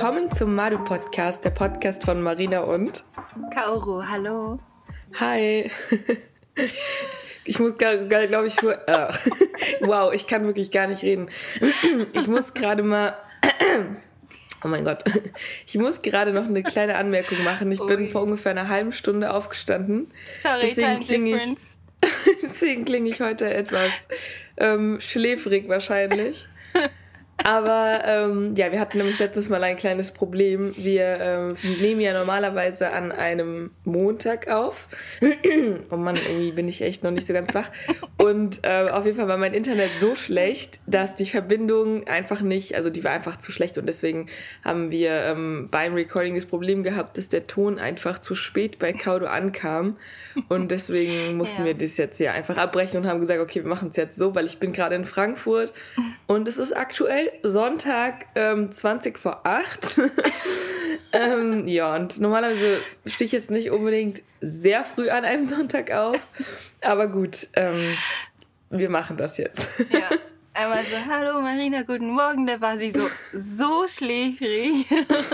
Willkommen zum Madu-Podcast, der Podcast von Marina und Kaoru, hallo. Hi. Ich muss gerade, glaube ich, wow, ich kann wirklich gar nicht reden. Ich muss gerade mal... Oh mein Gott. Ich muss gerade noch eine kleine Anmerkung machen. Ich bin vor ungefähr einer halben Stunde aufgestanden. Sorry, time difference. Deswegen klinge ich heute etwas schläfrig wahrscheinlich. Aber wir hatten nämlich letztes Mal ein kleines Problem. Wir nehmen ja normalerweise an einem Montag auf. Oh Mann, irgendwie bin ich echt noch nicht so ganz wach. Und auf jeden Fall war mein Internet so schlecht, dass die Verbindung einfach nicht, also die war einfach zu schlecht. Und deswegen haben wir beim Recording das Problem gehabt, dass der Ton einfach zu spät bei Kaudo ankam. Und deswegen mussten wir das jetzt hier einfach abbrechen und haben gesagt, okay, wir machen es jetzt so, weil ich bin gerade in Frankfurt und es ist aktuell Sonntag 20 vor 8. Und normalerweise stehe ich jetzt nicht unbedingt sehr früh an einem Sonntag auf, aber gut, wir machen das jetzt. Ja, einmal so, hallo Marina, guten Morgen, da war sie so schläfrig.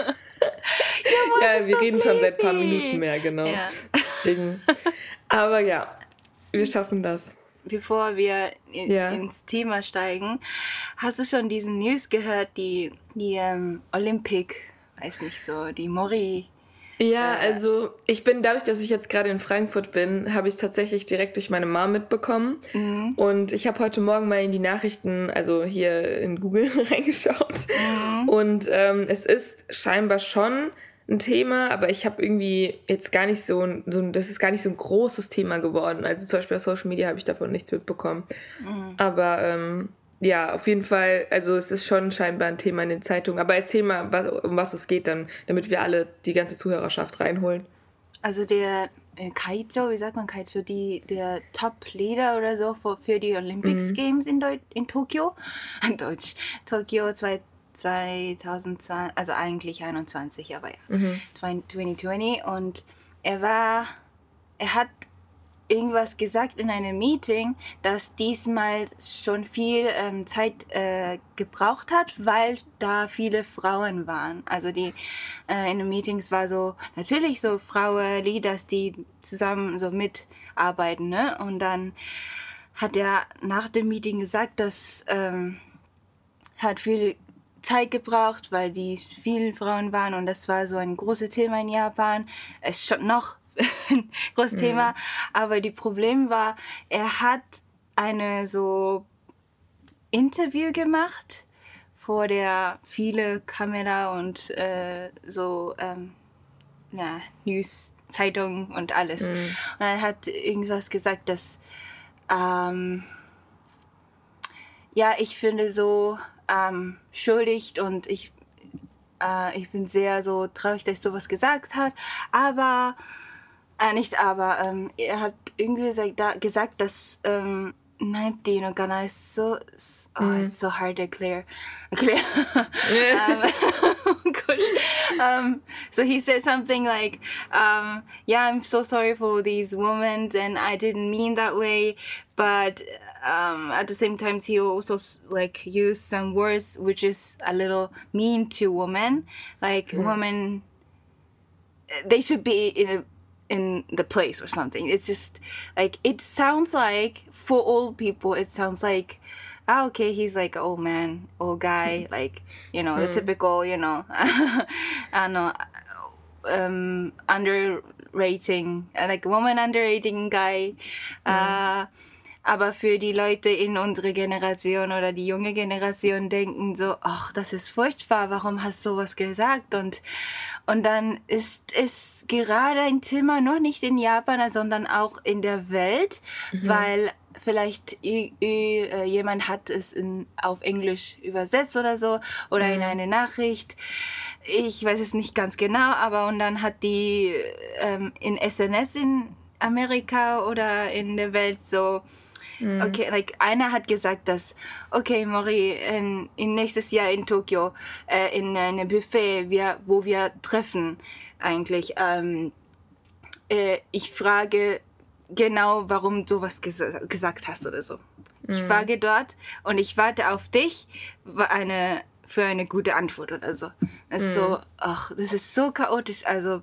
Ja, wir reden schon seit ein paar Minuten mehr, genau. Ja. Aber ja, wir schaffen das. Bevor wir ins Thema steigen, hast du schon diesen News gehört, die Olympic, weiß nicht so, die Mori... Ja, also ich bin, dadurch, dass ich jetzt gerade in Frankfurt bin, habe ich es tatsächlich direkt durch meine Mom mitbekommen. Mhm. Und ich habe heute Morgen mal in die Nachrichten, also hier in Google reingeschaut. Mhm. Und es ist scheinbar schon ein Thema, aber ich habe irgendwie jetzt gar nicht das ist gar nicht so ein großes Thema geworden. Also zum Beispiel auf Social Media habe ich davon nichts mitbekommen. Mhm. Aber auf jeden Fall, also es ist schon scheinbar ein Thema in den Zeitungen. Aber erzähl mal, um was es geht dann, damit wir alle die ganze Zuhörerschaft reinholen. Also der Kaicho, wie sagt man Kaicho, der Top-Leader oder so für die Olympics Games in Tokio, Tokio 2020, also eigentlich 21, aber ja, 2020. Und er hat irgendwas gesagt in einem Meeting, das diesmal schon viel Zeit gebraucht hat, weil da viele Frauen waren. Also die in den Meetings war so natürlich so Frauen-Leaders, die zusammen so mitarbeiten, ne? Und dann hat er nach dem Meeting gesagt, dass hat viel Zeit gebraucht, weil die vielen Frauen waren und das war so ein großes Thema in Japan. Es ist schon noch ein großes Thema, aber die Problem war, er hat eine so Interview gemacht vor der viele Kamera und News, Zeitung und alles. Und er hat irgendwas gesagt, dass ich finde so schuldig und ich bin sehr so traurig, dass er sowas gesagt hat, aber er hat irgendwie gesagt, dass なんていうのかな it's so hard to clear. So he said something like, I'm so sorry for these women and I didn't mean that way, but at the same time he also like used some words which is a little mean to women, like women, they should be in the place or something. It's just like, it sounds like for old people, it sounds like, okay, he's like an old man, old guy, like, you know, the typical, you know, underrating, like woman underrating guy. Aber für die Leute in unserer Generation oder die junge Generation denken so, ach, das ist furchtbar, warum hast du sowas gesagt? Und dann ist es gerade ein Thema, noch nicht in Japan, sondern auch in der Welt, weil vielleicht jemand hat es auf Englisch übersetzt oder so, oder in eine Nachricht. Ich weiß es nicht ganz genau, aber und dann hat die in SNS in Amerika oder in der Welt so, okay, like einer hat gesagt, dass, okay, Mori, in nächstes Jahr in Tokio, in einem Buffet, wo wir treffen eigentlich, ich frage genau, warum du was gesagt hast oder so. Ich frage dort und ich warte auf dich, eine für eine gute Antwort oder so. Das ist so, das ist so chaotisch. Also,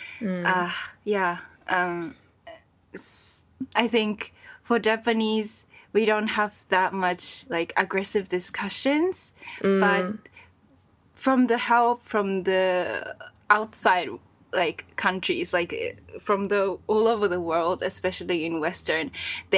I think for Japanese, we don't have that much like aggressive discussions, but from the help from the outside like countries, like from the all over the world, especially in Western,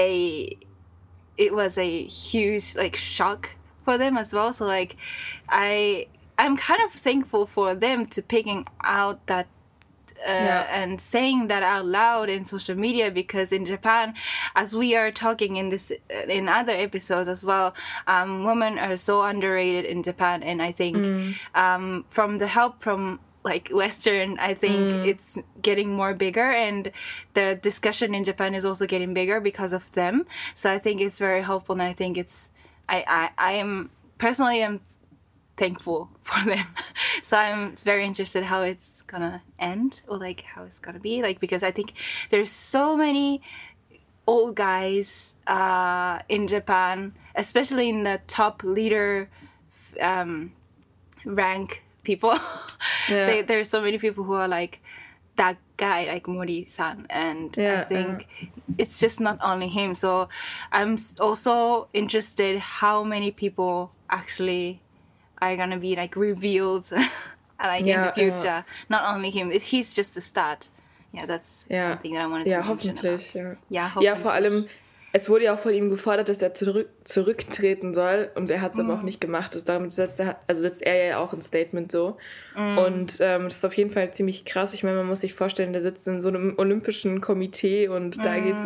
it was a huge like shock for them as well. So like I'm kind of thankful for them to picking out that and saying that out loud in social media, because in Japan, as we are talking in other episodes as well, women are so underrated in Japan, and I think from the help from like Western, I think it's getting more bigger, and the discussion in Japan is also getting bigger because of them. So I think it's very helpful, and I think I am personally thankful for them. So I'm very interested how it's gonna end, or like how it's gonna be, like, because I think there's so many old guys in Japan, especially in the top leader rank people. There's so many people who are like that guy, like Mori-san, and I think it's just not only him. So I'm also interested how many people actually are gonna be like revealed like in the future. Not only him, he's just the start. Yeah, that's something that I wanted to mention hoffentlich, about. Hoffentlich. Ja, vor allem, es wurde ja auch von ihm gefordert, dass er zurücktreten soll, und er hat es aber auch nicht gemacht. Damit setzt er ja auch ein Statement so. Und das ist auf jeden Fall ziemlich krass. Ich meine, man muss sich vorstellen, der sitzt in so einem olympischen Komitee, und da geht es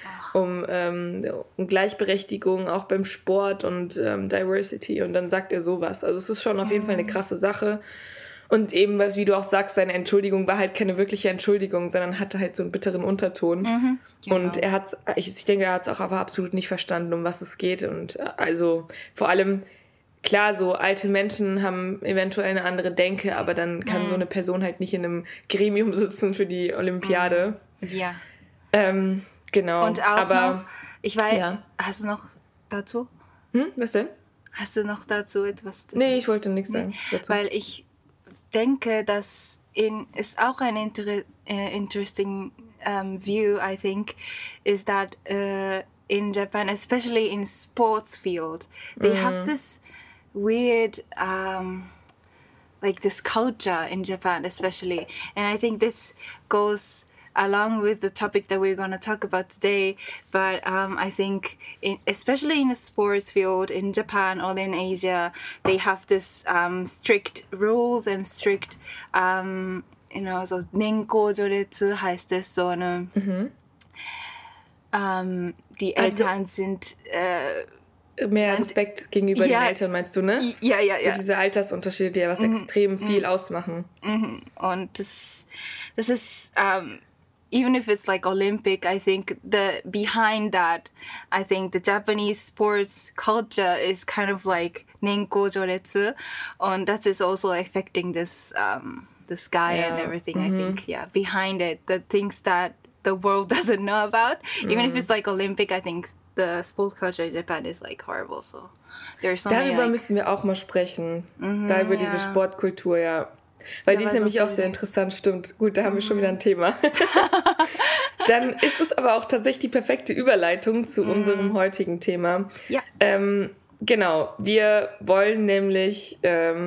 um Gleichberechtigung, auch beim Sport und Diversity, und dann sagt er sowas. Also es ist schon auf jeden Fall eine krasse Sache. Und eben, wie du auch sagst, seine Entschuldigung war halt keine wirkliche Entschuldigung, sondern hatte halt so einen bitteren Unterton. Genau. Und ich denke, er hat es auch aber absolut nicht verstanden, um was es geht. Und also vor allem, klar, so alte Menschen haben eventuell eine andere Denke, aber dann kann so eine Person halt nicht in einem Gremium sitzen für die Olympiade. Ja. Genau. Und auch noch, ich weiß, hast du noch dazu? Was denn? Hast du noch dazu etwas dazu? Nee, ich wollte nichts sagen dazu. Weil ich denke, dass ist auch ein interesting view, I think, is that in Japan, especially in sports field, they have this weird like this culture in Japan, especially, and I think this goes along with the topic that we're going to talk about today. But I think, especially in the sports field in Japan or in Asia, they have this strict rules and strict, so 年功序列 heißt es so eine, die Eltern sind mehr Respekt gegenüber den Eltern, meinst du, ne? Ja. So diese Altersunterschiede, die ja was extrem viel ausmachen. Und das ist even if it's like Olympic, I think behind that, I think the Japanese sports culture is kind of like Nenko Joretsu, and that is also affecting this guy and everything. I think behind it, the things that the world doesn't know about. Even if it's like Olympic, I think the sport culture in Japan is like horrible. So there's so darüber many, like, müssen wir auch mal sprechen. Da über diese Sportkultur, Weil die ist nämlich auch sehr interessant, stimmt. Gut, da haben wir schon wieder ein Thema. Dann ist es aber auch tatsächlich die perfekte Überleitung zu unserem heutigen Thema. Ja. Genau, wir wollen nämlich,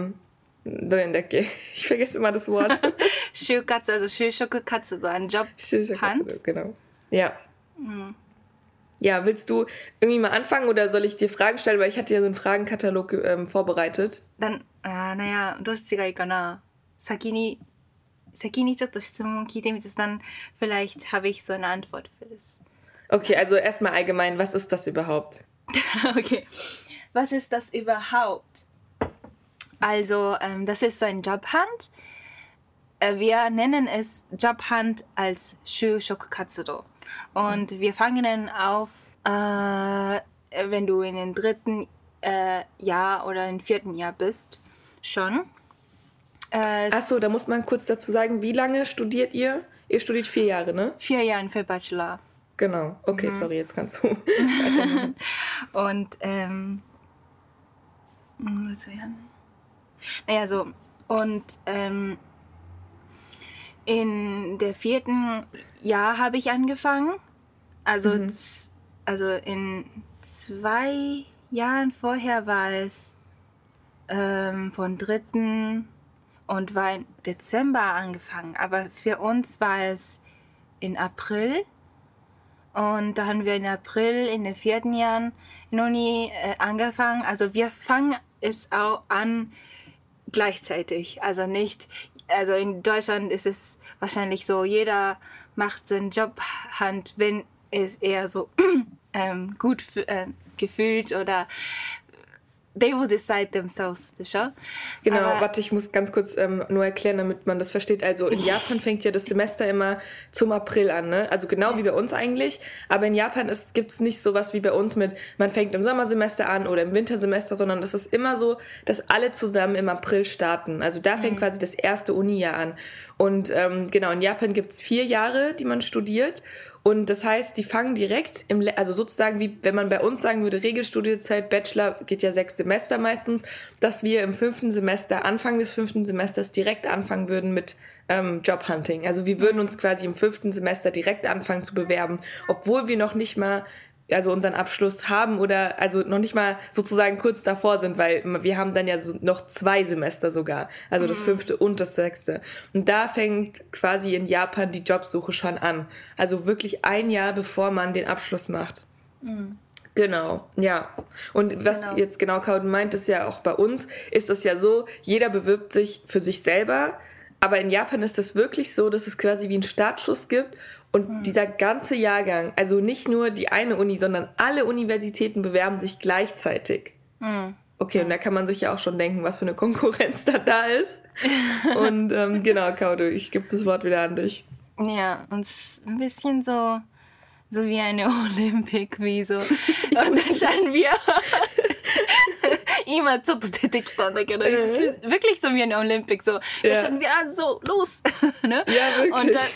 ich vergesse immer das Wort. Shūkatsu, also Shūshokukatsu, ein Job-Hunt. Genau. Ja. Ja, willst du irgendwie mal anfangen, oder soll ich dir Fragen stellen? Weil ich hatte ja so einen Fragenkatalog vorbereitet. Dann, どっちがいいかな。先にちょっと質問聞いてみて、dann vielleicht habe ich so eine Antwort für das. Okay, also erstmal allgemein, was ist das überhaupt? Okay, was ist das überhaupt? Also, das ist so ein Jobhunt. Wir nennen es Jobhunt als Shūshokukatsu. Und wir fangen dann auf, wenn du in den 3. Jahr oder im 4. Jahr bist, schon. Achso, da muss man kurz dazu sagen, wie lange studiert ihr? Ihr studiert 4 Jahre, ne? 4 Jahre für Bachelor. Genau, okay, sorry, jetzt kannst du weitermachen. Und, was wären? Naja, so. Und in der 4. Jahr habe ich angefangen. Also, also in 2 Jahren vorher war es von 3. und war im Dezember angefangen. Aber für uns war es in April. Und da haben wir in April in den 4. Jahren in Uni angefangen. Also wir fangen es auch an gleichzeitig. Also nicht, also in Deutschland ist es wahrscheinlich so, jeder macht seinen Job Hand, wenn es eher so gut gefühlt oder they will decide themselves, schon? Genau, aber warte, ich muss ganz kurz nur erklären, damit man das versteht. Also in Japan fängt ja das Semester immer zum April an, ne? Also genau wie bei uns eigentlich. Aber in Japan gibt es nicht sowas wie bei uns mit, man fängt im Sommersemester an oder im Wintersemester, sondern das ist immer so, dass alle zusammen im April starten. Also da fängt quasi das erste Uni-Jahr an. Und genau, in Japan gibt es 4 Jahre, die man studiert. Und das heißt, die fangen direkt, also sozusagen wie wenn man bei uns sagen würde, Regelstudienzeit, Bachelor geht ja 6 Semester meistens, dass wir im 5. Semester, Anfang des 5. Semesters direkt anfangen würden mit Jobhunting. Also wir würden uns quasi im 5. Semester direkt anfangen zu bewerben, obwohl wir noch nicht mal also unseren Abschluss haben oder also noch nicht mal sozusagen kurz davor sind, weil wir haben dann ja so noch 2 Semester sogar, also das 5. und das 6. Und da fängt quasi in Japan die Jobsuche schon an. Also wirklich 1 Jahr, bevor man den Abschluss macht. Genau, ja. Und was jetzt genau Kauden meint, ist ja auch bei uns, ist das ja so, jeder bewirbt sich für sich selber, aber in Japan ist das wirklich so, dass es quasi wie einen Startschuss gibt. Und dieser ganze Jahrgang, also nicht nur die eine Uni, sondern alle Universitäten bewerben sich gleichzeitig. Okay, und da kann man sich ja auch schon denken, was für eine Konkurrenz da ist. Und genau, Kaudu, ich gebe das Wort wieder an dich. Ja, und es ist ein bisschen so wie eine Olympik, wie so. Und dann standen wir immer zu Detektoren. Es ist wirklich so wie eine Olympik. So. Da standen wir an, so, los. Ne? Ja, wirklich. Und dann,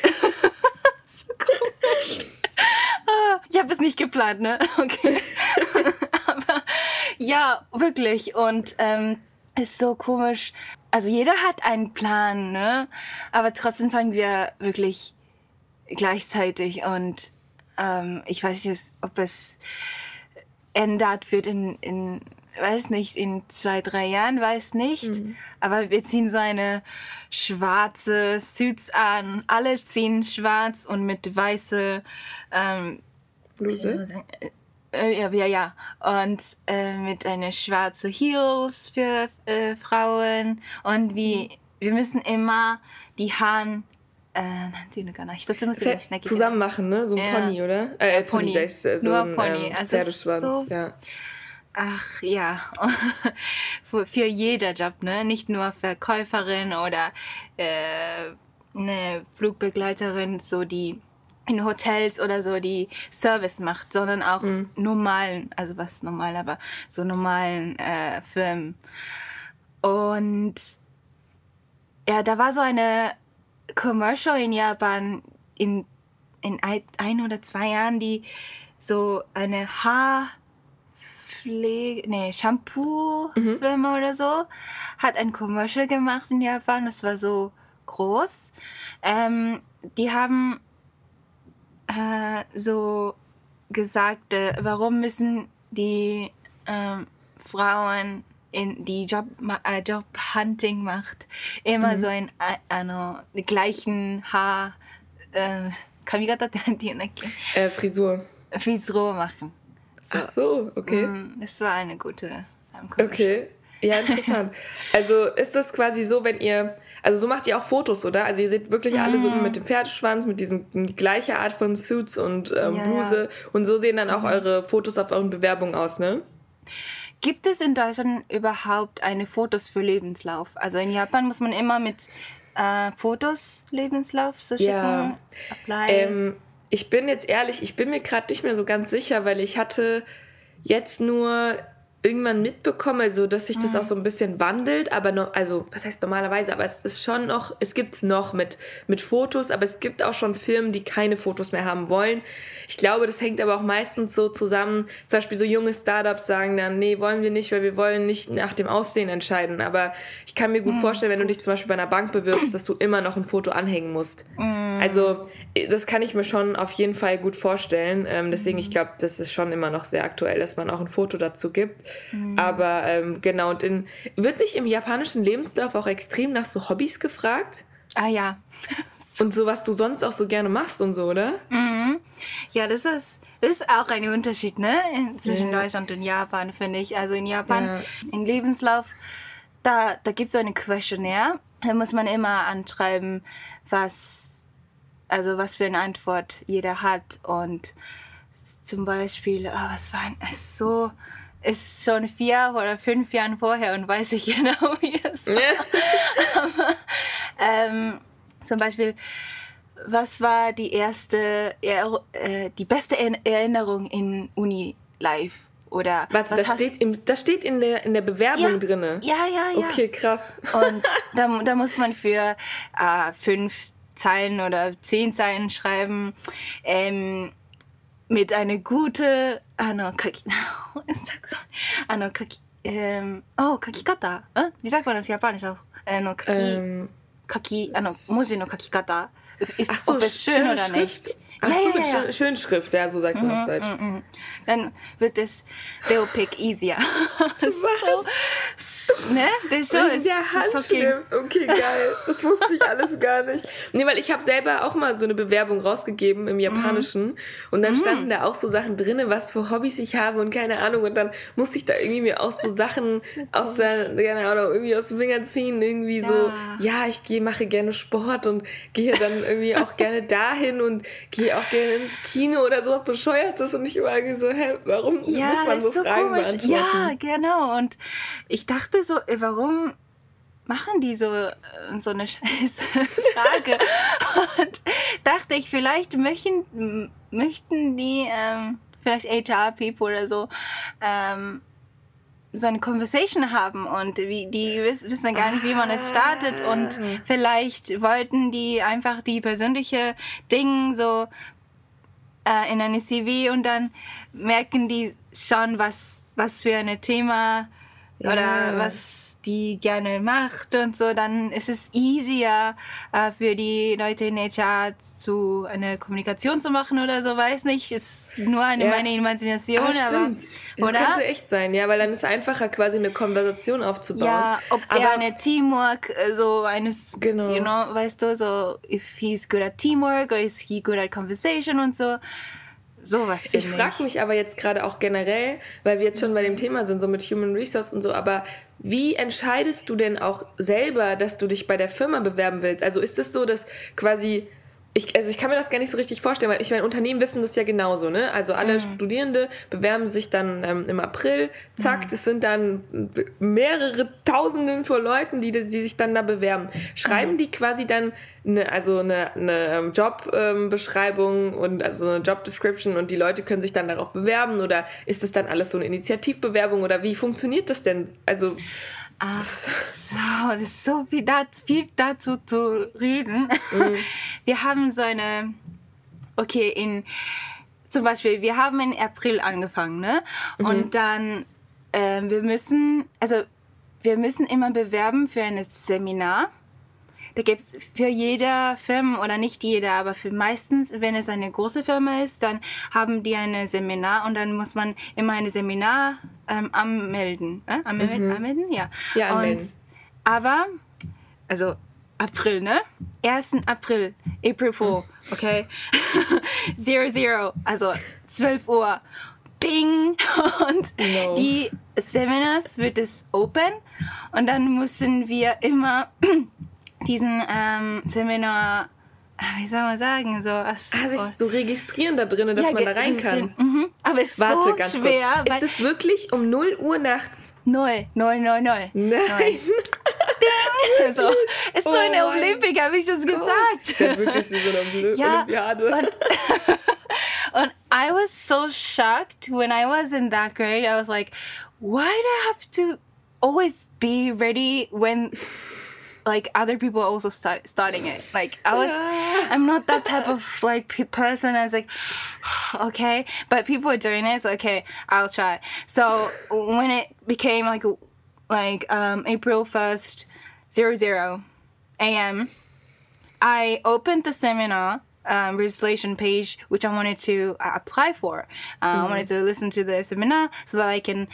ich habe es nicht geplant, ne? Okay. Aber ja, wirklich. Und ist so komisch. Also jeder hat einen Plan, ne? Aber trotzdem fangen wir wirklich gleichzeitig. Und ich weiß nicht, ob es ändert wird in weiß nicht, in 2, 3 Jahren, weiß nicht. Aber wir ziehen so eine schwarze Suits an. Alle ziehen schwarz und mit weiße Bluse. Ja. Und mit einer schwarze Heels für Frauen. Und wir müssen immer die Haare zusammen machen, ne? So ein Pony, oder? Pony. So nur ein Pony. Also Pferdeschwanz, so, ja. Ach ja, für jeder Job, ne? Nicht nur Verkäuferin oder eine Flugbegleiterin, so die in Hotels oder so die Service macht, sondern auch normalen, also was normal, aber so normalen Firmen. Und ja, da war so eine Commercial in Japan in 1 oder 2 Jahren, die so eine Shampoo-Firma oder so, hat ein Commercial gemacht in Japan. Das war so groß. Die haben so gesagt, warum müssen die Frauen in die Jobhunting macht, immer so in gleichen Haar, Kamigata Frisur machen. So. Ach so, okay. Es war eine gute Okay, ja, interessant. Also ist das quasi so, wenn ihr, also so macht ihr auch Fotos, oder? Also ihr seht wirklich alle so mit dem Pferdeschwanz, mit diesem gleiche Art von Suits und Bluse. Und so sehen dann auch eure Fotos auf euren Bewerbungen aus, ne? Gibt es in Deutschland überhaupt eine Fotos für Lebenslauf? Also in Japan muss man immer mit Fotos Lebenslauf so schicken? Ich bin jetzt ehrlich, ich bin mir gerade nicht mehr so ganz sicher, weil ich hatte jetzt nur irgendwann mitbekommen, also dass sich das auch so ein bisschen wandelt, aber also was heißt normalerweise, aber es ist schon noch, es gibt es noch mit Fotos, aber es gibt auch schon Firmen, die keine Fotos mehr haben wollen. Ich glaube, das hängt aber auch meistens so zusammen, zum Beispiel so junge Startups sagen dann, nee, wollen wir nicht, weil wir wollen nicht nach dem Aussehen entscheiden, aber ich kann mir gut vorstellen, wenn du dich zum Beispiel bei einer Bank bewirbst, dass du immer noch ein Foto anhängen musst. Also das kann ich mir schon auf jeden Fall gut vorstellen, deswegen ich glaube, das ist schon immer noch sehr aktuell, dass man auch ein Foto dazu gibt. Aber genau, und wird nicht im japanischen Lebenslauf auch extrem nach so Hobbys gefragt? Ah ja. Und so, was du sonst auch so gerne machst und so, oder? Ja, das ist auch ein Unterschied, ne? Zwischen Deutschland und Japan, finde ich. Also in Japan, im Lebenslauf, da gibt es so eine Questionnaire. Da muss man immer anschreiben, was für eine Antwort jeder hat. Und zum Beispiel, was war es so... Ist schon 4 oder 5 Jahre vorher und weiß ich genau, wie es war. Aber, zum Beispiel, was war die beste Erinnerung in Uni-Life? Oder warte, das steht in der Bewerbung drinne? Ja. Okay, krass. Und da muss man für 5 Zeilen oder 10 Zeilen schreiben, mit einer gute kakikata. Wie sagt man das Japanisch auch? Moji no kakikata. Ob es schön oder nicht. Mit Schönschrift, ja, so sagt man auf Deutsch. Dann wird es Deopic easier. Was? Ne? Das so ist der Handschrift. Okay, geil. Das wusste ich alles gar nicht. Nee, weil ich habe selber auch mal so eine Bewerbung rausgegeben im Japanischen und dann standen da auch so Sachen drin, was für Hobbys ich habe und keine Ahnung. Und dann musste ich da irgendwie mir auch so Sachen aus dem Finger ziehen. Irgendwie so, ich mache gerne Sport und gehe dann irgendwie auch gerne dahin und gehe auch gerne ins Kino oder sowas Bescheuertes und ich war irgendwie so, warum muss man so Fragen beantworten? Ja, genau. Und ich dachte so, warum machen die so eine scheiß Frage? Und dachte ich, vielleicht möchten die, vielleicht HR-People oder so, so eine Conversation haben und die wissen gar nicht, wie man es startet und vielleicht wollten die einfach die persönliche Dinge so in eine CV und dann merken die schon, was für ein Thema oder was die gerne macht und so, dann ist es easier für die Leute in HR eine Kommunikation zu machen oder so, weiß nicht, ist nur meine Imagination, aber stimmt. Das könnte echt sein, ja, weil dann ist es einfacher, quasi eine Konversation aufzubauen. Ja, ob er eine Teamwork, so eines, weißt du, so, if he's good at teamwork or is he good at conversation und so. Sowas ich frage mich aber jetzt gerade auch generell, weil wir jetzt schon bei dem Thema sind, so mit Human Resource und so, aber wie entscheidest du denn auch selber, dass du dich bei der Firma bewerben willst? Also ist es so, dass quasi, ich kann mir das gar nicht so richtig vorstellen, weil ich meine, Unternehmen wissen das ja genauso, ne? Also alle Studierende bewerben sich dann im April, zack, das sind dann mehrere Tausenden von Leuten, die sich dann da bewerben. Schreiben die quasi dann eine Jobbeschreibung und also eine Job Description und die Leute können sich dann darauf bewerben oder ist das dann alles so eine Initiativbewerbung oder wie funktioniert das denn? Also ach so, das ist so viel dazu zu reden. Wir haben so eine, zum Beispiel, wir haben in April angefangen, ne? Und dann, wir müssen immer bewerben für ein Seminar. Da gibt's für jede Firma, oder nicht jeder, aber für meistens, wenn es eine große Firma ist, dann haben die ein Seminar und dann muss man immer ein Seminar anmelden. Anmelden? Ja. Ja, anmelden. Aber, also April, ne? 1. April, April 4, okay? 00, also 12 Uhr. Bing! Und die Seminars wird es open und dann müssen wir immer diesen Seminar, wie soll man sagen, sich so registrieren da drinnen, dass man da rein kann. Aber es ist so ganz schwer. Kurz. Ist es wirklich um 0 Uhr nachts? 0. Nein. Also, ist so eine Olympik, habe ich das gesagt. Ist ja wirklich wie so eine Olympiade. And I was so shocked when I was in that grade. I was like, why do I have to always be ready when like other people are also starting it? Like I'm not that type of like person. I was like, okay, but people are doing it, so okay, I'll try. So when it became like April 1st, 00 a.m., I opened the seminar registration page, which I wanted to apply for. I wanted to listen to the seminar so that I can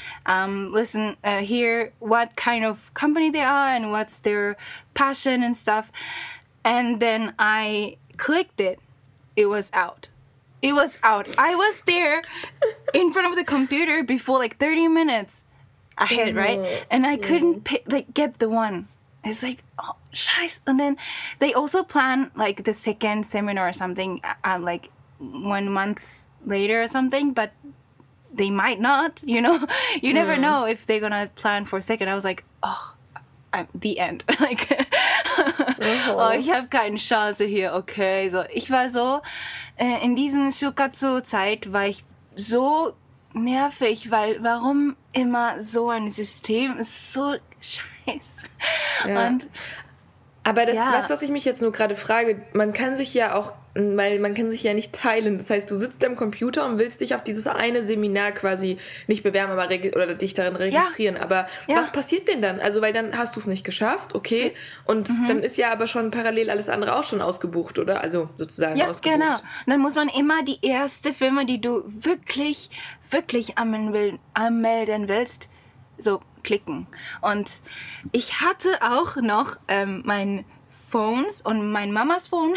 hear what kind of company they are and what's their passion and stuff. And then I clicked it. It was out. I was there in front of the computer before like 30 minutes ahead, right? And I couldn't get the one. It's like, oh, scheiße. And then they also plan like the second seminar or something like 1 month later or something, but they might not, you know? You never know if they're going to plan for a second. I was like, oh, I'm the end. Like, oh, ich habe keine Chance hier, okay. So, ich war so, in diesen Shukatsu-Zeit war ich so nervig, weil warum immer so ein System ist so scheiße. Ja. Und aber das, was ich mich jetzt nur gerade frage, man kann sich ja nicht teilen. Das heißt, du sitzt am Computer und willst dich auf dieses eine Seminar quasi nicht bewerben, aber oder dich darin registrieren. Ja. Aber was passiert denn dann? Also, weil dann hast du es nicht geschafft, okay. Und dann ist ja aber schon parallel alles andere auch schon ausgebucht, oder? Also sozusagen ausgebucht. Ja, genau. Und dann muss man immer die erste Firma, die du wirklich, wirklich anmelden willst, so klicken. Und ich hatte auch noch mein Phones und mein Mamas Phone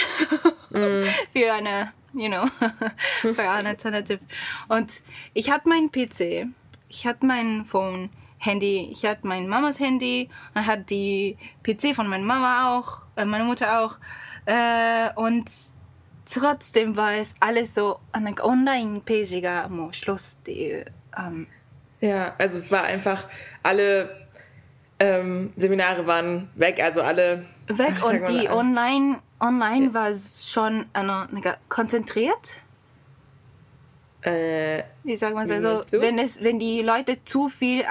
für eine, für eine Alternative. Und ich hatte meinen PC, ich hatte mein Phone, Handy, ich hatte mein Mamas Handy, dann hat die PC von meiner Mama auch, meine Mutter auch. Und trotzdem war es alles so an Online-Page-がもうSchluss. Ja, also es war einfach, alle Seminare waren weg, also alle... Weg und die online war schon konzentriert. Wie sagt man es? Also, wenn die Leute zu viel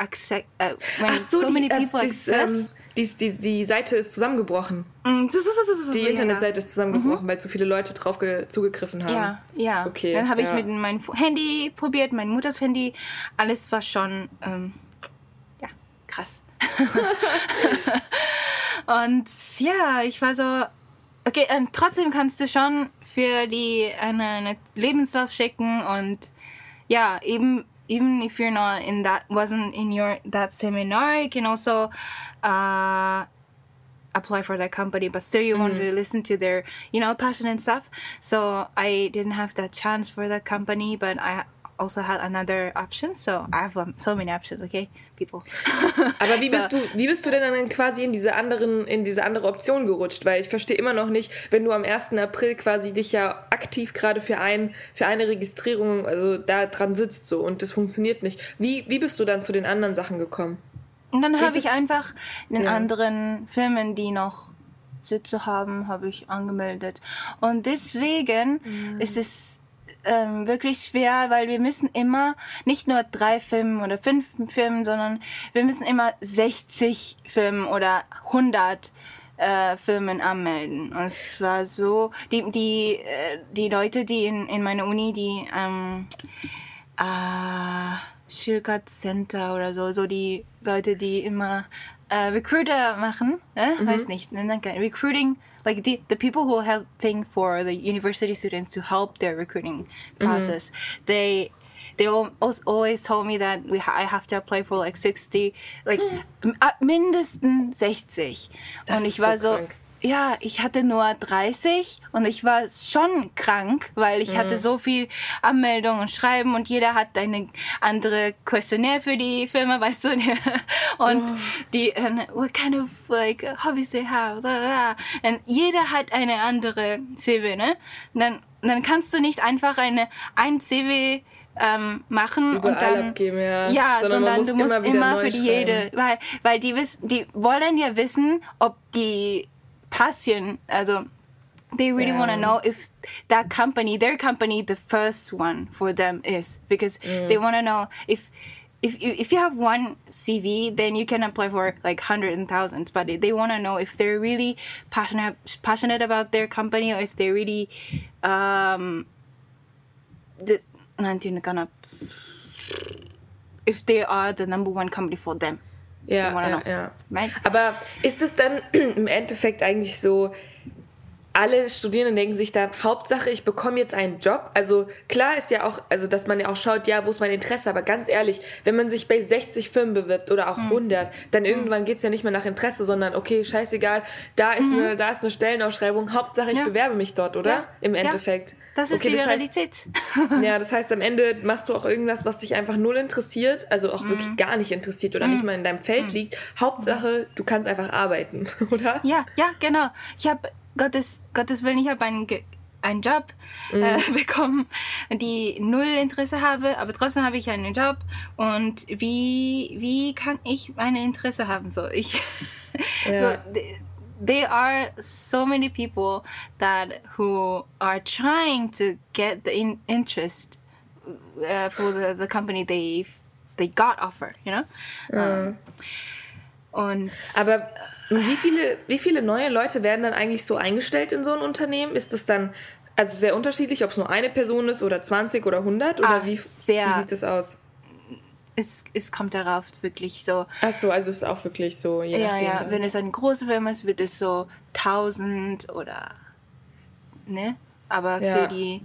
die Seite ist zusammengebrochen. Die Internetseite ist zusammengebrochen, weil zu viele Leute drauf zugegriffen haben. Ja. Okay. Dann habe ich mit meinem Handy probiert, mein Mutters Handy. Alles war schon krass. Und ja, ich war so, okay, und trotzdem kannst du schon für die eine Lebenslauf schicken und ja, even if you're not wasn't in that seminar, you can also apply for that company, but still you want to listen to their, passion and stuff. So I didn't have that chance for that company, but I also had another option, so I have so many options, okay, people. Aber wie bist du denn dann quasi in diese andere Option gerutscht? Weil ich verstehe immer noch nicht, wenn du am 1. April quasi dich ja aktiv gerade für eine Registrierung, also da dran sitzt so und das funktioniert nicht. Wie bist du dann zu den anderen Sachen gekommen? Und dann habe ich einfach in anderen Firmen, die noch Sitze haben, habe ich angemeldet. Und deswegen ist es wirklich schwer, weil wir müssen immer nicht nur 3 Firmen oder 5 Firmen, sondern wir müssen immer 60 Firmen oder 100 Firmen anmelden. Und es war so, die Leute, die in meiner Uni, die Shirkat-Center oder so die Leute, die immer Recruiter machen, weiß nicht, Recruiting, like the people who are helping for the university students to help their recruiting process, they always told me that I have to apply for like 60, like mindestens 60. Das und ich war so krank. Ja, ich hatte nur 30 und ich war schon krank, weil ich hatte so viel Anmeldungen und Schreiben und jeder hat eine andere Questionnaire für die Firma, weißt du? Und die, what kind of like hobbies they have, und jeder hat eine andere CV, ne? Dann kannst du nicht einfach ein CV machen überall und dann abgeben, sondern du musst immer für jede, weil die wollen ja wissen, ob die passen, also they really want to know if that company, their company, the first one for them is, because they want to know if you have one CV, then you can apply for like hundreds and thousands. But they want to know if they're really passionate about their company, or if they really, なんていうのかな, if they are the number one company for them. Ja, right? Aber ist es dann im Endeffekt eigentlich so, alle Studierenden denken sich dann, Hauptsache, ich bekomme jetzt einen Job. Also klar ist ja auch, also dass man ja auch schaut, ja, wo ist mein Interesse? Aber ganz ehrlich, wenn man sich bei 60 Firmen bewirbt oder auch 100, dann irgendwann geht's ja nicht mehr nach Interesse, sondern okay, scheißegal, da ist eine Stellenausschreibung, Hauptsache, ich bewerbe mich dort, oder? Ja. Im Endeffekt. Das ist die Realität. Ja, das heißt, am Ende machst du auch irgendwas, was dich einfach null interessiert, also auch wirklich gar nicht interessiert oder nicht mal in deinem Feld liegt. Hauptsache, du kannst einfach arbeiten, oder? Ja, genau. Ich habe Gottes Willen, ich habe einen Job bekommen, die null Interesse habe, aber trotzdem habe ich einen Job. Und wie kann ich ein Interesse haben? So, there are so many people who are trying to get the interest for the company they got offered, you know? Aber wie viele neue Leute werden dann eigentlich so eingestellt in so ein Unternehmen? Ist das dann also sehr unterschiedlich, ob es nur eine Person ist oder 20 oder 100? Oder wie sieht das aus? Es kommt darauf wirklich so. Ach so, also es ist auch wirklich so, je nachdem. Ja, wenn es eine große Firma ist, wird es so 1000 oder, ne? Aber für die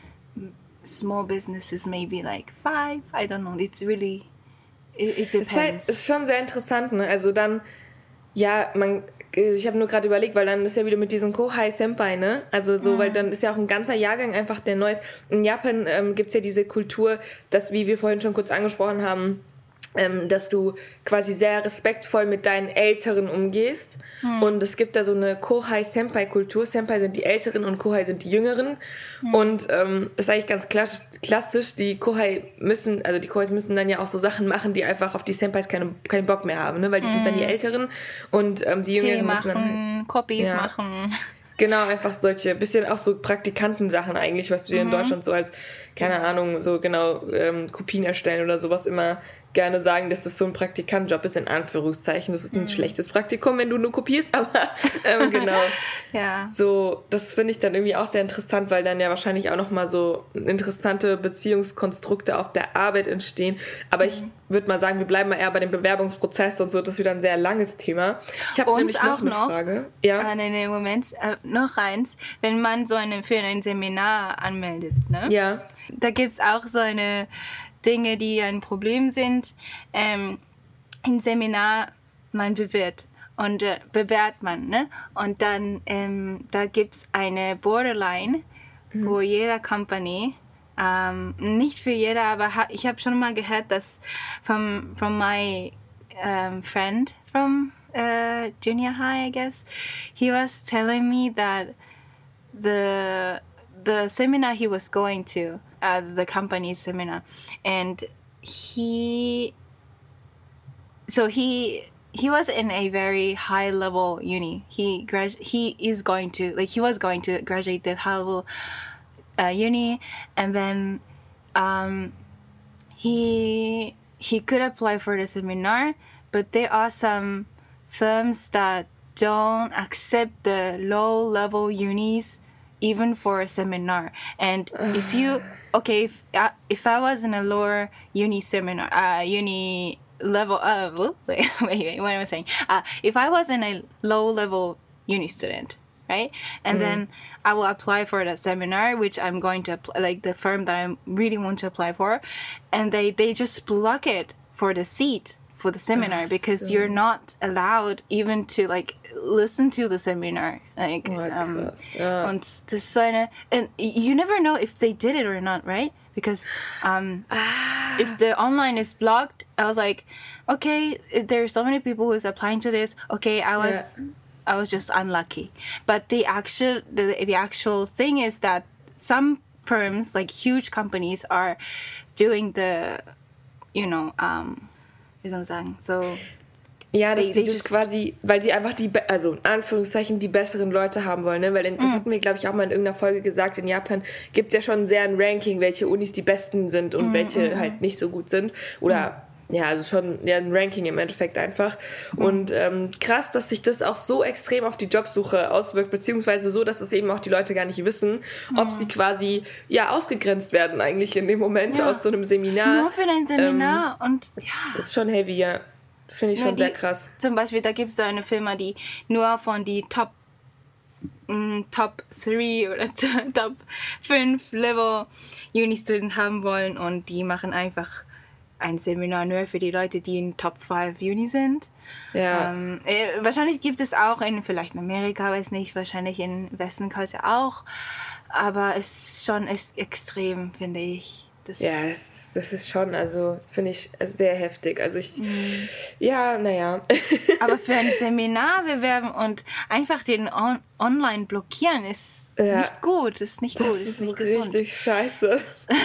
small businesses maybe like 5, I don't know, it's really, it depends. Ist schon sehr interessant, ne? Also dann, ja, ich habe nur gerade überlegt, weil dann ist ja wieder mit diesem Kohai Senpai, ne? Also so, weil dann ist ja auch ein ganzer Jahrgang einfach der Neues. In Japan gibt's ja diese Kultur, dass, wie wir vorhin schon kurz angesprochen haben, dass du quasi sehr respektvoll mit deinen Älteren umgehst. Und es gibt da so eine Kohai-Senpai-Kultur. Senpai sind die Älteren und Kohai sind die Jüngeren. Und ist eigentlich ganz klassisch. Die Kohais müssen dann ja auch so Sachen machen, die einfach auf die Senpais keinen Bock mehr haben, ne? Weil die sind dann die Älteren und die Jüngeren müssen dann Copies machen. Genau, einfach solche, bisschen auch so Praktikantensachen eigentlich, was du dir in Deutschland so als, keine Ahnung, so genau Kopien erstellen oder sowas immer gerne sagen, dass das so ein Praktikantjob ist, in Anführungszeichen. Das ist ein schlechtes Praktikum, wenn du nur kopierst, aber genau. Ja. So, das finde ich dann irgendwie auch sehr interessant, weil dann ja wahrscheinlich auch nochmal so interessante Beziehungskonstrukte auf der Arbeit entstehen. Aber ich würde mal sagen, wir bleiben mal eher bei dem Bewerbungsprozess, sonst wird das wieder ein sehr langes Thema. Ich habe nämlich noch eine Frage. Ja? Nee, Moment. Noch eins. Wenn man so für ein Seminar anmeldet, ne? Ja. Da gibt es auch so eine Dinge, die ein Problem sind. Im Seminar, man bewährt man, ne? Und dann, da gibt es eine Borderline für jeder Company. Nicht für jeder, aber ich habe schon mal gehört, dass from my friend from junior high, I guess, he was telling me that the seminar he was going to, the company's seminar, and he was in a very high level uni. He was going to graduate the high level uni, and then he could apply for the seminar, but there are some firms that don't accept the low level unis even for a seminar. And if I was in a lower uni seminar, uni level, wait, what am I saying? If I was in a low level uni student, right? And then I will apply for that seminar, which I'm going to apply, like the firm that I really want to apply for, and they just block it for the seat for the seminar because you're not allowed even to like listen to the seminar, like and you never know if they did it or not, right? Because if the online is blocked, I was like, okay, there's so many people who's applying to this. Okay, I was just unlucky. But the actual thing is that some firms, like huge companies, are doing the, wie soll man sagen, so Ja, dass die das quasi, weil die einfach also in Anführungszeichen die besseren Leute haben wollen, ne? Weil das hatten wir, glaube ich, auch mal in irgendeiner Folge gesagt, in Japan gibt es ja schon sehr ein Ranking, welche Unis die besten sind und welche halt nicht so gut sind. Oder ja, also schon ein Ranking im Endeffekt einfach. Und krass, dass sich das auch so extrem auf die Jobsuche auswirkt, beziehungsweise so, dass es eben auch die Leute gar nicht wissen, ob sie quasi ausgegrenzt werden eigentlich in dem Moment aus so einem Seminar. Nur für ein Seminar und Das ist schon heavy, ja. Das finde ich schon sehr krass. Zum Beispiel, da gibt es so eine Firma, die nur von die Top 3 oder Top 5 Level Uni-Studenten haben wollen und die machen einfach ein Seminar nur für die Leute, die in Top 5 Uni sind. Ja. Wahrscheinlich gibt es auch vielleicht in Amerika, weiß nicht, wahrscheinlich in Westen könnte auch, aber es ist extrem, finde ich. Das ist schon, also das finde ich sehr heftig. Also naja. Aber für ein Seminar bewerben und einfach den online blockieren ist nicht gut. Ist nicht gut, ist nicht gesund. Richtig scheiße.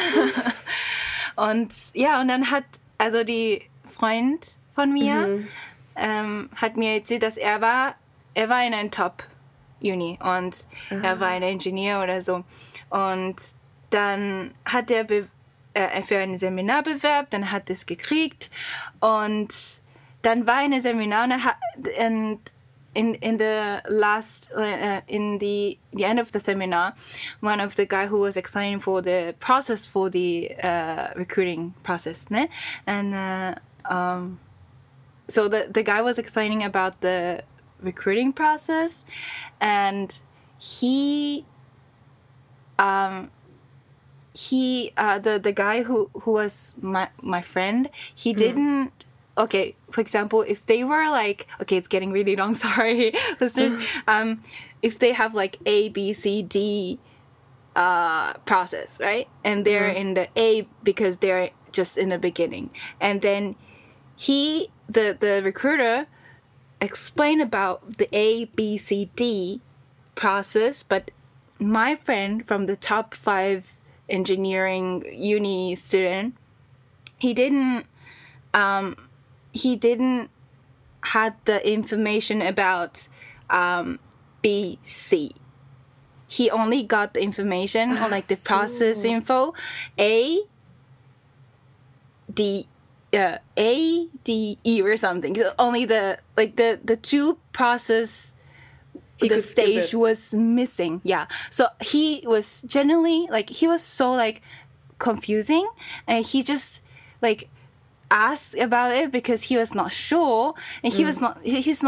Und und dann hat also die Freund von mir hat mir erzählt, dass er war in einer Top-Uni und er war ein Ingenieur oder so. Und dann hat er für ein Seminar bewerbt, dann hat es gekriegt und dann war ein Seminar und in the last in the end of the seminar, one of the guy who was explaining for the process for the recruiting process, ne? And so the guy was explaining about the recruiting process, and the guy who was my friend, he didn't. Okay, for example, if they were like, okay, it's getting really long, sorry, listeners. If they have like A, B, C, D process, right? And they're in the A because they're just in the beginning. And then the recruiter explained about the A, B, C, D process, but my friend from the top 5 engineering uni student, he didn't had the information about B, C. He only got the information on like the process info A, D, E or something. So only the two process the stage was missing. Yeah. So he was generally he was so confusing, and he just asked about it because he was not sure, and he's not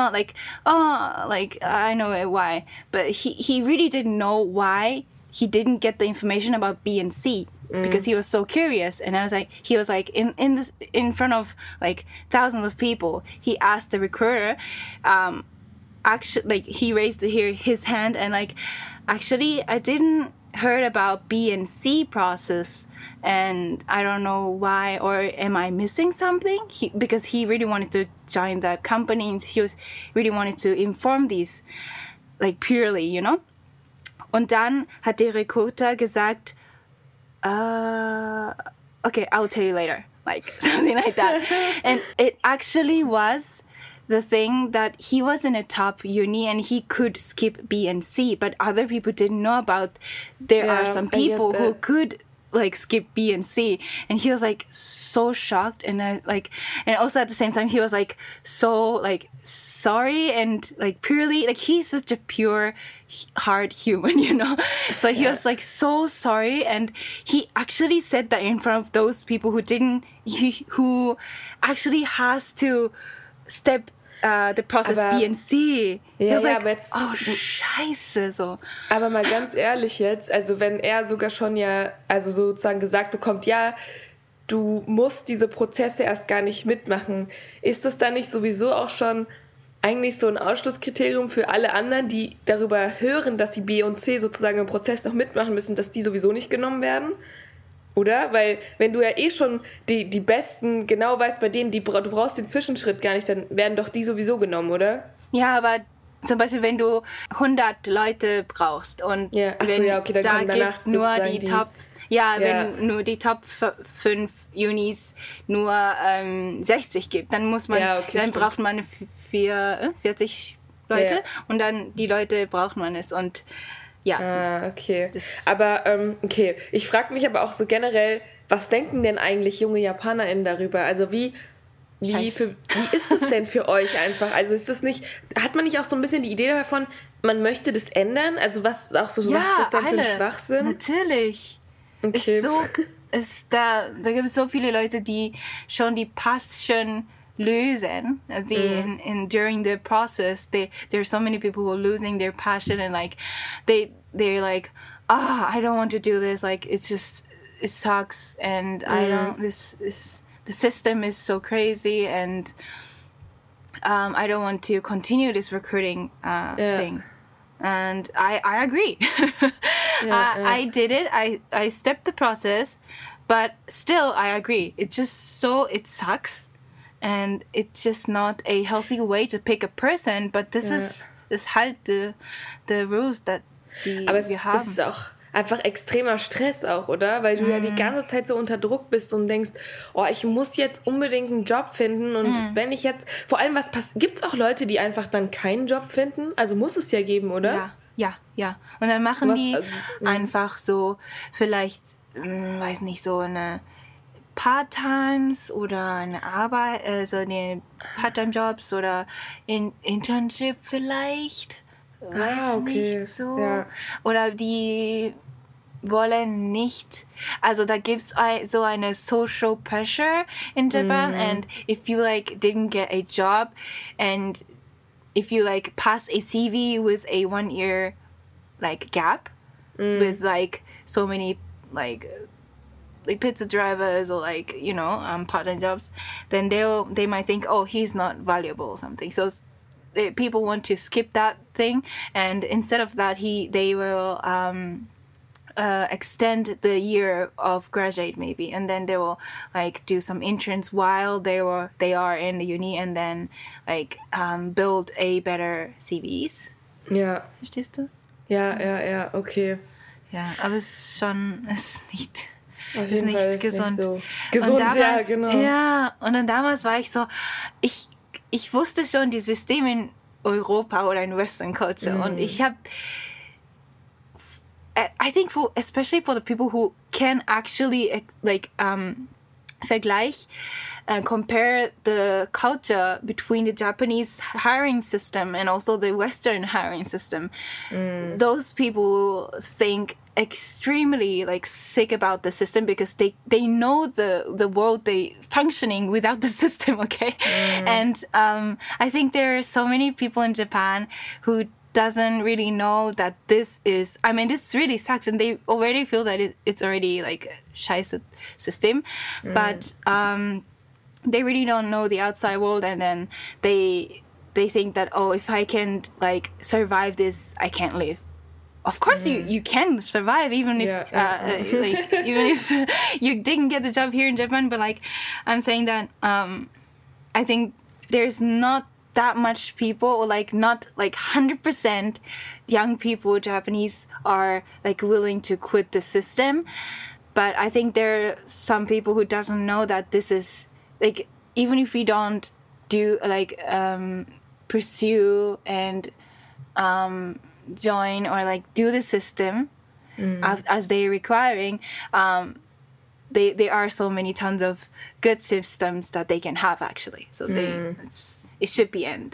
I know it why, but he really didn't know why he didn't get the information about B and C because he was so curious. And he was in front of thousands of people, he asked the recruiter actually he raised his hand and actually I didn't heard about B and C process, and I don't know why, or am I missing something? Because he really wanted to join that company, and he really wanted to inform these purely, you know. Und dann hat der Recruiter gesagt, okay, I'll tell you later, something like that. And it actually was the thing that he was in a top uni and he could skip B and C, but other people didn't know about. There are some people who could skip B and C, and he was so shocked, and and also at the same time he was so sorry, and purely he's such a pure hard human, you know. So he was so sorry, and he actually said that in front of those people who actually has to step the process B and C. Ja, aber jetzt, scheiße, so. Aber mal ganz ehrlich jetzt, also wenn er sogar schon also sozusagen gesagt bekommt, ja, du musst diese Prozesse erst gar nicht mitmachen, ist das dann nicht sowieso auch schon eigentlich so ein Ausschlusskriterium für alle anderen, die darüber hören, dass sie B und C sozusagen im Prozess noch mitmachen müssen, dass die sowieso nicht genommen werden? Oder? Weil wenn du ja schon die Besten genau weißt, bei denen du brauchst den Zwischenschritt gar nicht, dann werden doch die sowieso genommen, oder? Ja, aber zum Beispiel, wenn du 100 Leute brauchst und dann da gibt es nur die Top... Ja, wenn nur die Top 5 Unis nur 60 gibt, dann muss man, dann braucht man 40 Leute und dann die Leute braucht man es und ja. Okay. Aber, okay. Ich frage mich aber auch so generell, was denken denn eigentlich junge JapanerInnen darüber? Also wie ist das denn für euch einfach? Also ist das nicht, hat man nicht auch so ein bisschen die Idee davon, man möchte das ändern? Also was auch so, was ist das denn für ein Schwachsinn? Natürlich. Okay. Da gibt es so viele Leute, die schon die Passion lösen. During the process, there are so many people who are losing their passion and like they're like, I don't want to do this. Like it sucks and I don't. The system is so crazy and I don't want to continue this recruiting thing. And I agree. I did it. I stepped the process, but still I agree. It sucks. And it's just not a healthy way to pick a person, but this is halt the rules that wir haben. Es ist auch einfach extremer Stress auch, oder? Weil du ja die ganze Zeit so unter Druck bist und denkst, ich muss jetzt unbedingt einen Job finden und wenn ich jetzt, vor allem gibt's auch Leute, die einfach dann keinen Job finden? Also muss es ja geben, oder? Ja. Und dann machen die einfach so vielleicht, weiß nicht, so eine Part-Times oder eine Arbeit, also eine Part-Time-Jobs oder Internship vielleicht. Weiß nicht so. Ja. Oder die wollen nicht, also da gibt's so eine social pressure in Japan and if you like didn't get a job and if you like pass a CV with a 1 year like gap with like so many like pizza drivers or like part-time jobs, then they might think he's not valuable or something. So people want to skip that thing, and instead of that they will extend the year of graduate maybe, and then they will like do some interns while they are in the uni, and then like build a better CVs. Ja. Verstehst du? Ja, okay. Ja, aber es ist nicht gesund. Nicht so gesund, damals, ja, genau. Ja, und dann damals war ich so, ich wusste schon die Systeme in Europa oder in Western Culture und ich habe I think especially for the people who can actually compare the culture between the Japanese hiring system and also the Western hiring system. Those people think extremely like sick about the system because they know the world they functioning without the system, okay? And I think there are so many people in Japan who doesn't really know that this really sucks and they already feel that it's already like scheiße system, but they really don't know the outside world, and then they think that if I can't like survive this, I can't live. Of course you can survive even if even if you didn't get the job here in Japan, but like I'm saying that I think there's not that much people, or like not like 100% young people Japanese are like willing to quit the system, but I think there are some people who doesn't know that this is like, even if we don't do like pursue and join or like do the system as they're requiring, there are so many tons of good systems that they can have actually, so it should be end.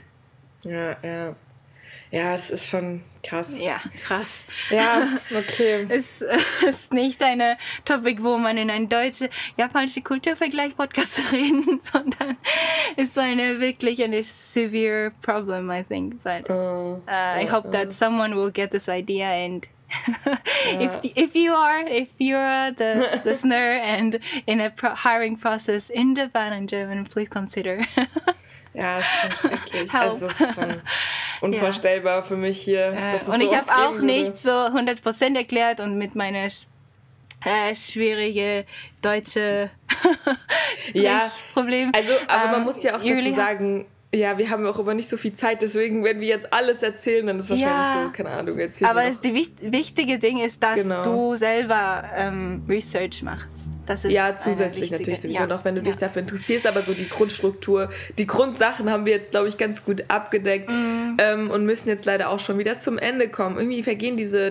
Ja, es ist schon krass. Ja, krass. Ja, okay. Es ist nicht eine Topic, wo man in einen deutsche-japanische Kulturvergleich-Podcast reden, sondern ist wirklich eine severe problem, I think. But I hope that someone will get this idea, and if you're the listener and in a hiring process in Japan and German, please consider. Ja, es ist schon schrecklich. Also, das ist schon unvorstellbar für mich hier. Und ich habe auch nicht so 100% erklärt und mit meiner schwierige deutsche Sprechproblem. Also, aber man muss ja auch dazu sagen, Ja, wir haben auch aber nicht so viel Zeit, deswegen, wenn wir jetzt alles erzählen, dann ist wahrscheinlich so, keine Ahnung, erzählen. Aber das wichtige Ding ist, dass du selber Research machst. Das ist zusätzlich natürlich sowieso noch, wenn du dich dafür interessierst, aber so die Grundstruktur, die Grundsachen haben wir jetzt, glaube ich, ganz gut abgedeckt und müssen jetzt leider auch schon wieder zum Ende kommen. Irgendwie vergehen diese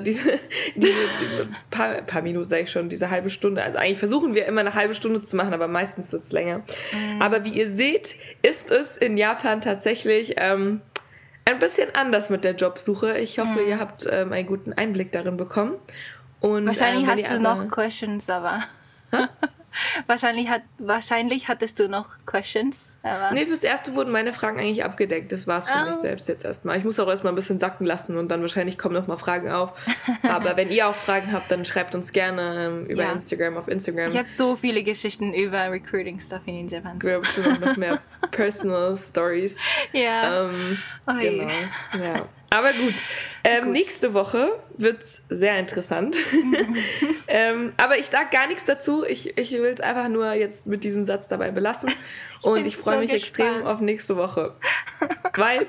paar Minuten, sage ich schon, diese halbe Stunde. Also eigentlich versuchen wir immer eine halbe Stunde zu machen, aber meistens wird es länger. Aber wie ihr seht, ist es in Japan tatsächlich ein bisschen anders mit der Jobsuche. Ich hoffe, ihr habt einen guten Einblick darin bekommen. Und, wahrscheinlich hast du noch Questions, aber... Wahrscheinlich hattest du noch Questions. Aber nee, fürs Erste wurden meine Fragen eigentlich abgedeckt. Das war's für mich selbst jetzt erstmal. Ich muss auch erstmal ein bisschen sacken lassen und dann wahrscheinlich kommen noch mal Fragen auf. Aber wenn ihr auch Fragen habt, dann schreibt uns gerne über Instagram, auf Instagram. Ich habe so viele Geschichten über Recruiting-Stuff in Japan. Wir haben bestimmt auch noch mehr Personal Stories. Ja. Genau. Ja. Aber gut, nächste Woche wird's sehr interessant. Aber ich sag gar nichts dazu. Ich will es einfach nur jetzt mit diesem Satz dabei belassen. Und ich freue mich extrem auf nächste Woche. Weil,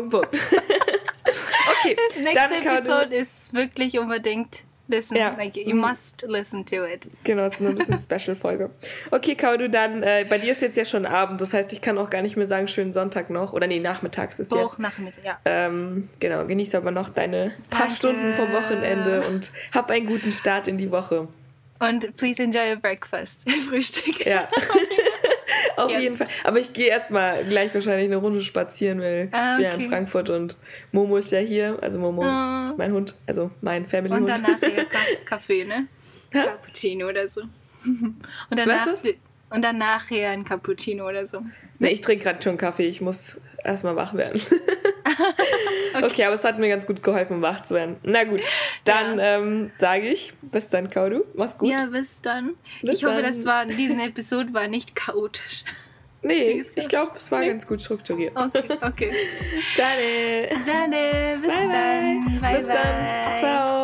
Okay. Nächste Episode ist wirklich unbedingt listen. Like, you must listen to it. Genau, es ist nur ein bisschen Special-Folge. Okay, Kaudu, dann, bei dir ist jetzt ja schon Abend, das heißt, ich kann auch gar nicht mehr sagen, schönen Sonntag noch. Oder nee, nachmittags ist jetzt. Nachmittag, ja. Genau, genieße aber noch deine paar Stunden vom Wochenende und hab einen guten Start in die Woche. Und please enjoy your breakfast, Frühstück. Ja. Auf jeden Fall. Aber ich gehe erstmal gleich wahrscheinlich eine Runde spazieren, weil wir in Frankfurt und Momo ist ja hier. Also Momo ist mein Hund, also mein Family-Hund. Und danach Kaffee, ne? Cappuccino oder so. Und dann nachher ein Cappuccino oder so. Ne, ich trinke gerade schon Kaffee. Ich muss erstmal wach werden. Okay, aber es hat mir ganz gut geholfen, wach zu werden. Na gut, dann sage ich, bis dann, Kaudu. Mach's gut. Ja, bis dann. Ich hoffe, diese Episode war nicht chaotisch. Nee, ich glaube, es war ganz gut strukturiert. Okay. Zane. Bis bye, dann. Bye, bis dann. Ciao.